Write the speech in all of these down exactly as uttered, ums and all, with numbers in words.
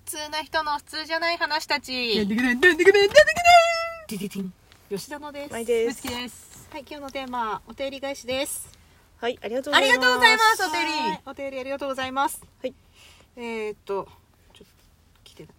通な人の普通じゃない話たち。 吉田のです。 まいです。 むつきです。 はい、今日のテーマお便り返しです。 はい、ありがとうございます。 ありがとうございます。お便り、お便りありがとうございます。 はい。 えー、っとちょっと来てた。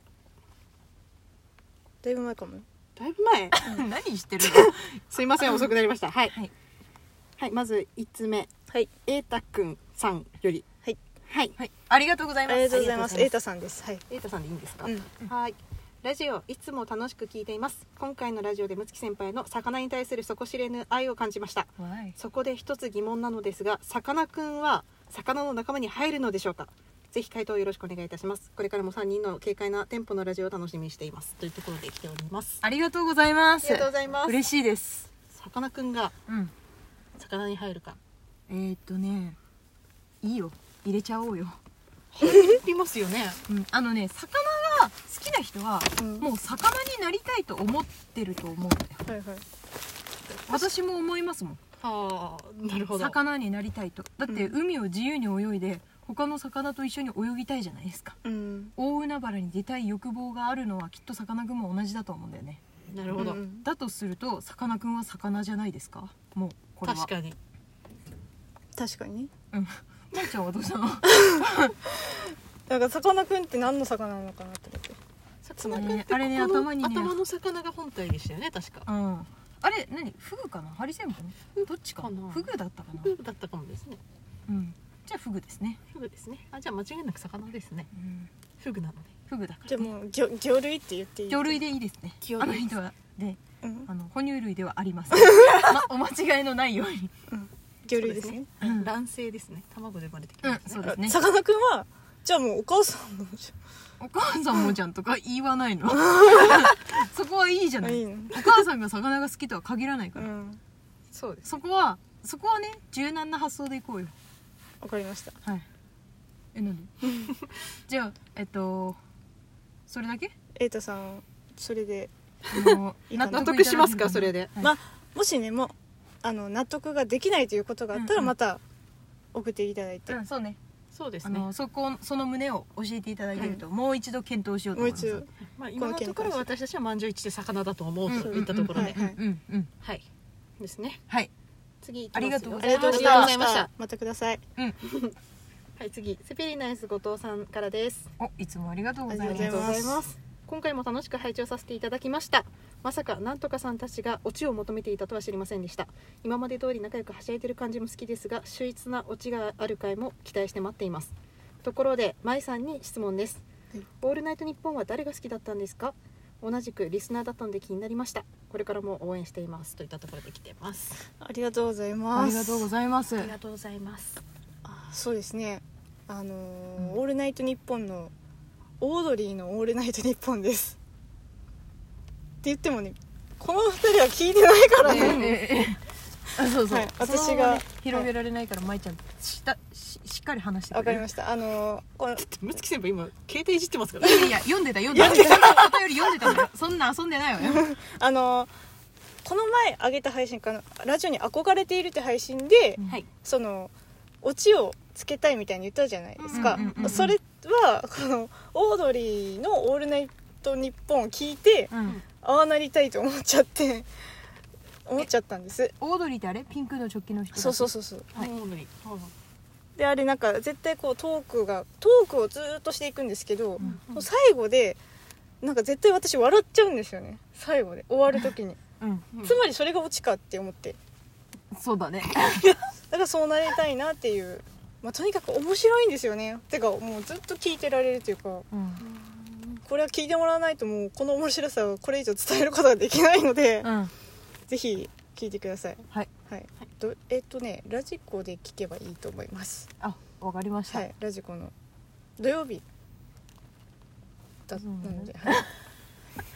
だいぶ前かも。 だいぶ前。 何してるの？ すいません、遅くなりました。はい。 はい。 はい、まずいつつめ。 はい。 えーたくんさんより。 はい。 はい。 はい。ありがとうございます。 ありがとうございます。エータさんです。はい。 えーたさんでいいんですか？ うん。 はい。ラジオいつも楽しく聞いています。今回のラジオでむつき先輩の魚に対する底知れぬ愛を感じました。そこで一つ疑問なのですが、さかなクンは魚の仲間に入るのでしょうか？ぜひ回答よろしくお願いいたします。これからもさんにんの軽快なテンポのラジオを楽しみにしています。というところで来ております。 ありがとうございます。 ありがとうございます。 嬉しいです。 さかなクンがうん。 魚に入るか。 えー、っとね、いいよ。入れちゃおうよ。 入りますよね。 うん。あのね、魚が好きな人は、 うん、 もう魚になりたいと思ってると思うんだよ。 はいはい。 私も思いますもん。 はあ、なるほど。 魚になりたいと。だって海を自由に泳いで他の魚と一緒に泳ぎたいじゃないですか。 うん。 大海原に出たい欲望があるのはきっとさかなクンも同じだと思うんだよね。 なるほど。 うん、 だとするとさかなクンは魚じゃないですか。もうこれは確かに。 確かに。 うん。まいちゃんはどうしたの？ なんかさかなクンって何の魚なのかなって思って。 さかなクンってあれね、 ここの頭にね頭の魚が本体でしたよね、確か。 うん。あれ何？フグかな？ハリセンボン？どっちかかなフグだったかな？ フグだったかもですね。 うん。じゃあフグですね。 フグですね。あ、じゃあ間違いなく魚ですね。 うん。 フグなので。 フグだから、 じゃあもう魚魚類って言っていい？ 魚類でいいですね。 魚類あの人はで、 うん、 あの哺乳類ではありません。ま、お間違いのないように。 うん、魚類ですね。 うん、 卵性ですね。卵で生まれてきうんますね。 そうですね。 さかなクンはじゃあもうお母さんのお母さんもじゃんとか言わないの。そこはいいじゃない。 いいの？ お母さんが魚が好きとは限らないから、 うん、 そうです。 そこはそこはね柔軟な発想でいこうよ。 わかりました。 はい。え、なんで？じゃあえっとそれだけ？ エータさんそれであの納得しますか、それで。 はい、 まあもしねもうあの納得ができないということがあったらうんうんまた送っていただいて、 うん、そうね。 そうですね。 あのそこその旨を教えていただけると、もう一度検討しようと思います。 もう一度まあ今のところは私たちは満場一致で魚だと思うといったところで、 うんうんはいうんうんはいですね。 はい。 次行きますよ。 ありがとうごありがとうございありがとうましございましたた。 またください。 うんはい、次セピリナイス後藤さんからです。 お、いつもありがとうございあます。 りがとうございます。今回も楽しく拝聴させていただきました。まさかなんとかさんたちがオチを求めていたとは知りませんでした。今まで通り仲良くはしゃいでる感じも好きですが、秀逸なオチがある回も期待して待っています。ところで舞さんに質問です、 はい、 オールナイトニッポンは誰が好きだったんですか？同じくリスナーだったので気になりました。これからも応援していますといったところで来てます。 ありがとうございます。 ありがとうございます。 ありがとうございます。 あ、そうですね。あのーうんオールナイトニッポンのオードリーのオールナイトニッポンですって言ってもね、この二人は聞いてないからね。 ええええあ、そうそう。 はい私がそのままね広げられないから、まいちゃんしたししっかり話してくれる。 わかりました。あのー、このむつき先輩今携帯いじってますからいやいや読んでた読んでた。お便り読んでたんだよ。そんな遊んでないわよ。 あのー、この前上げた配信かな、ラジオに憧れているって配信で、 うんはい。 そのオチをつけたいみたいに言ったじゃないですか、 うんうんうんうんそれはこのオードリーのオールナイトニッポンを聞いて、 うん。 ああなりたいと思っちゃって思っちゃったんです。 オードリーってあれピンクの直帰の人だっけ？ そうそうそうそうはいもう無理。 であれなんか絶対こうトークがトークをずーっとしていくんですけど、 うん最後でなんか絶対私笑っちゃうんですよね、最後で終わる時にうん。 うんつまりそれがオチかって思って、 そうだね。 だからそうなりたいなっていう、まあ、とにかく面白いんですよね。てかもうずっと聞いてられるというか、 うん。 これは聞いてもらわないともうこの面白さをこれ以上伝えることができないので、 うん。 ぜひ聞いてください。 はい。 はい、どえっとねラジコで聞けばいいと思います。 あ、わかりました。 はい、ラジコの土曜日だなうんので、はい、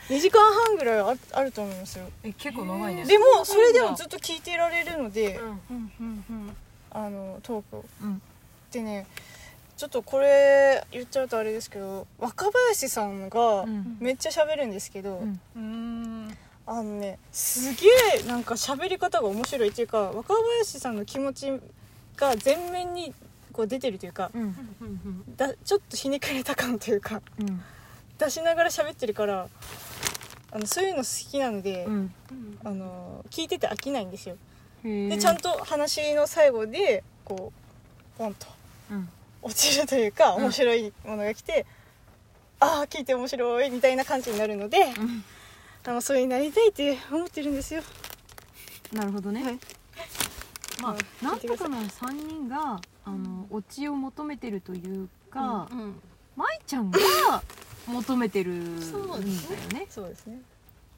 にじかんはんぐらい あ, あると思いますよ。 え、結構長いね。 でもそれでもずっと聞いてられるので、 うん。 うんうんうん。 あのトークをうん。 でね、ちょっとこれ言っちゃうとあれですけど、若林さんがうんめっちゃ喋るんですけど、 うん。 うーん。 あのねすげえなんか喋り方が面白いっていうか、若林さんの気持ちが前面にこう出てるというか、 うん。 うんうんだちょっとひねくれた感というかうん。 出しながら喋ってるからあのそういうの好きなので、 うんあの聞いてて飽きないんですよ。 へえでちゃんと話の最後でこうポンとうん落ちるというかうん面白いものが来て、ああ聞いて面白いみたいな感じになるので、 うんあのそういうなりたいって思ってるんですよ。 なるほどね、 はいまうんあなんとかのさんにんがあのオチを求めてるというか、 うん舞ちゃんが求めてるんだよそうですね。 そうですね。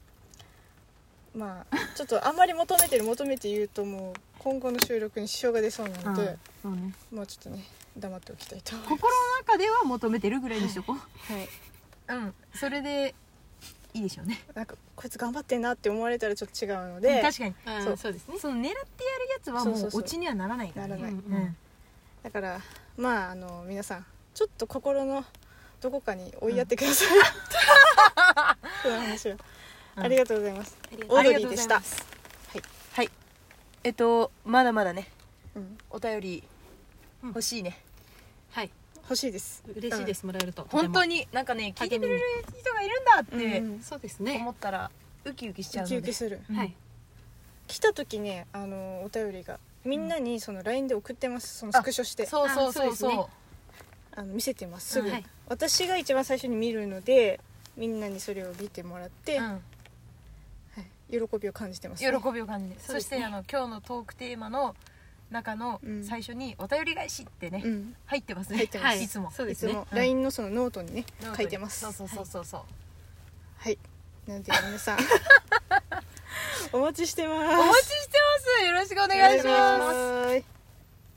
まあちょっとあんまり求めてる求めて言うともう今後の収録に支障が出そうなので、 うんそうね、 もうちょっとね黙っておきたいと思います。 心の中では求めてるぐらいにしとこう。 はい。 うん、それでいいでしょうね。 なんかこいつ頑張ってんなって思われたらちょっと違うので、 確かにあーそうそうですね。 その狙ってやるやつはもそうそうそううオチにはならないからね。 ならない。 うんうんだからまああの皆さんちょっと心のどこかに追いやってください。この話は、 うんありがとうございます。 ありがとうオードありがとうリーでした。 ございます。はい。えっとまだまだねうん、 お便り欲しいね。 はい、 欲しいです。 嬉しいです、もらえると。 本当に。 になんかね聞いてくれる人がいるんだっうんてうんそうですね思。ったらウキウキしちゃうウので。 キウキする。 うんはい。 来た時ねあのお便りがみんなにその ライン で送ってます。そのスクショしてそうそうそうあそうそう。 あの見せてますすぐ、 はい私が一番最初に見るのでみんなにそれを見てもらって、 うんはい、喜びを感じてます、 喜びを感じて、そそうですねしてあの今日のトークテーマの中のうん最初にお便り返しってね、 うん、 入ってますね。 入ってますはい、いつもいつもそうですね。 うんライン のそのノートにねノートに書いてます。 そうそうそうそうそう。 はいなので皆さんお待ちしてます。 お待ちしてます。よろしくお願いします。 お願いします。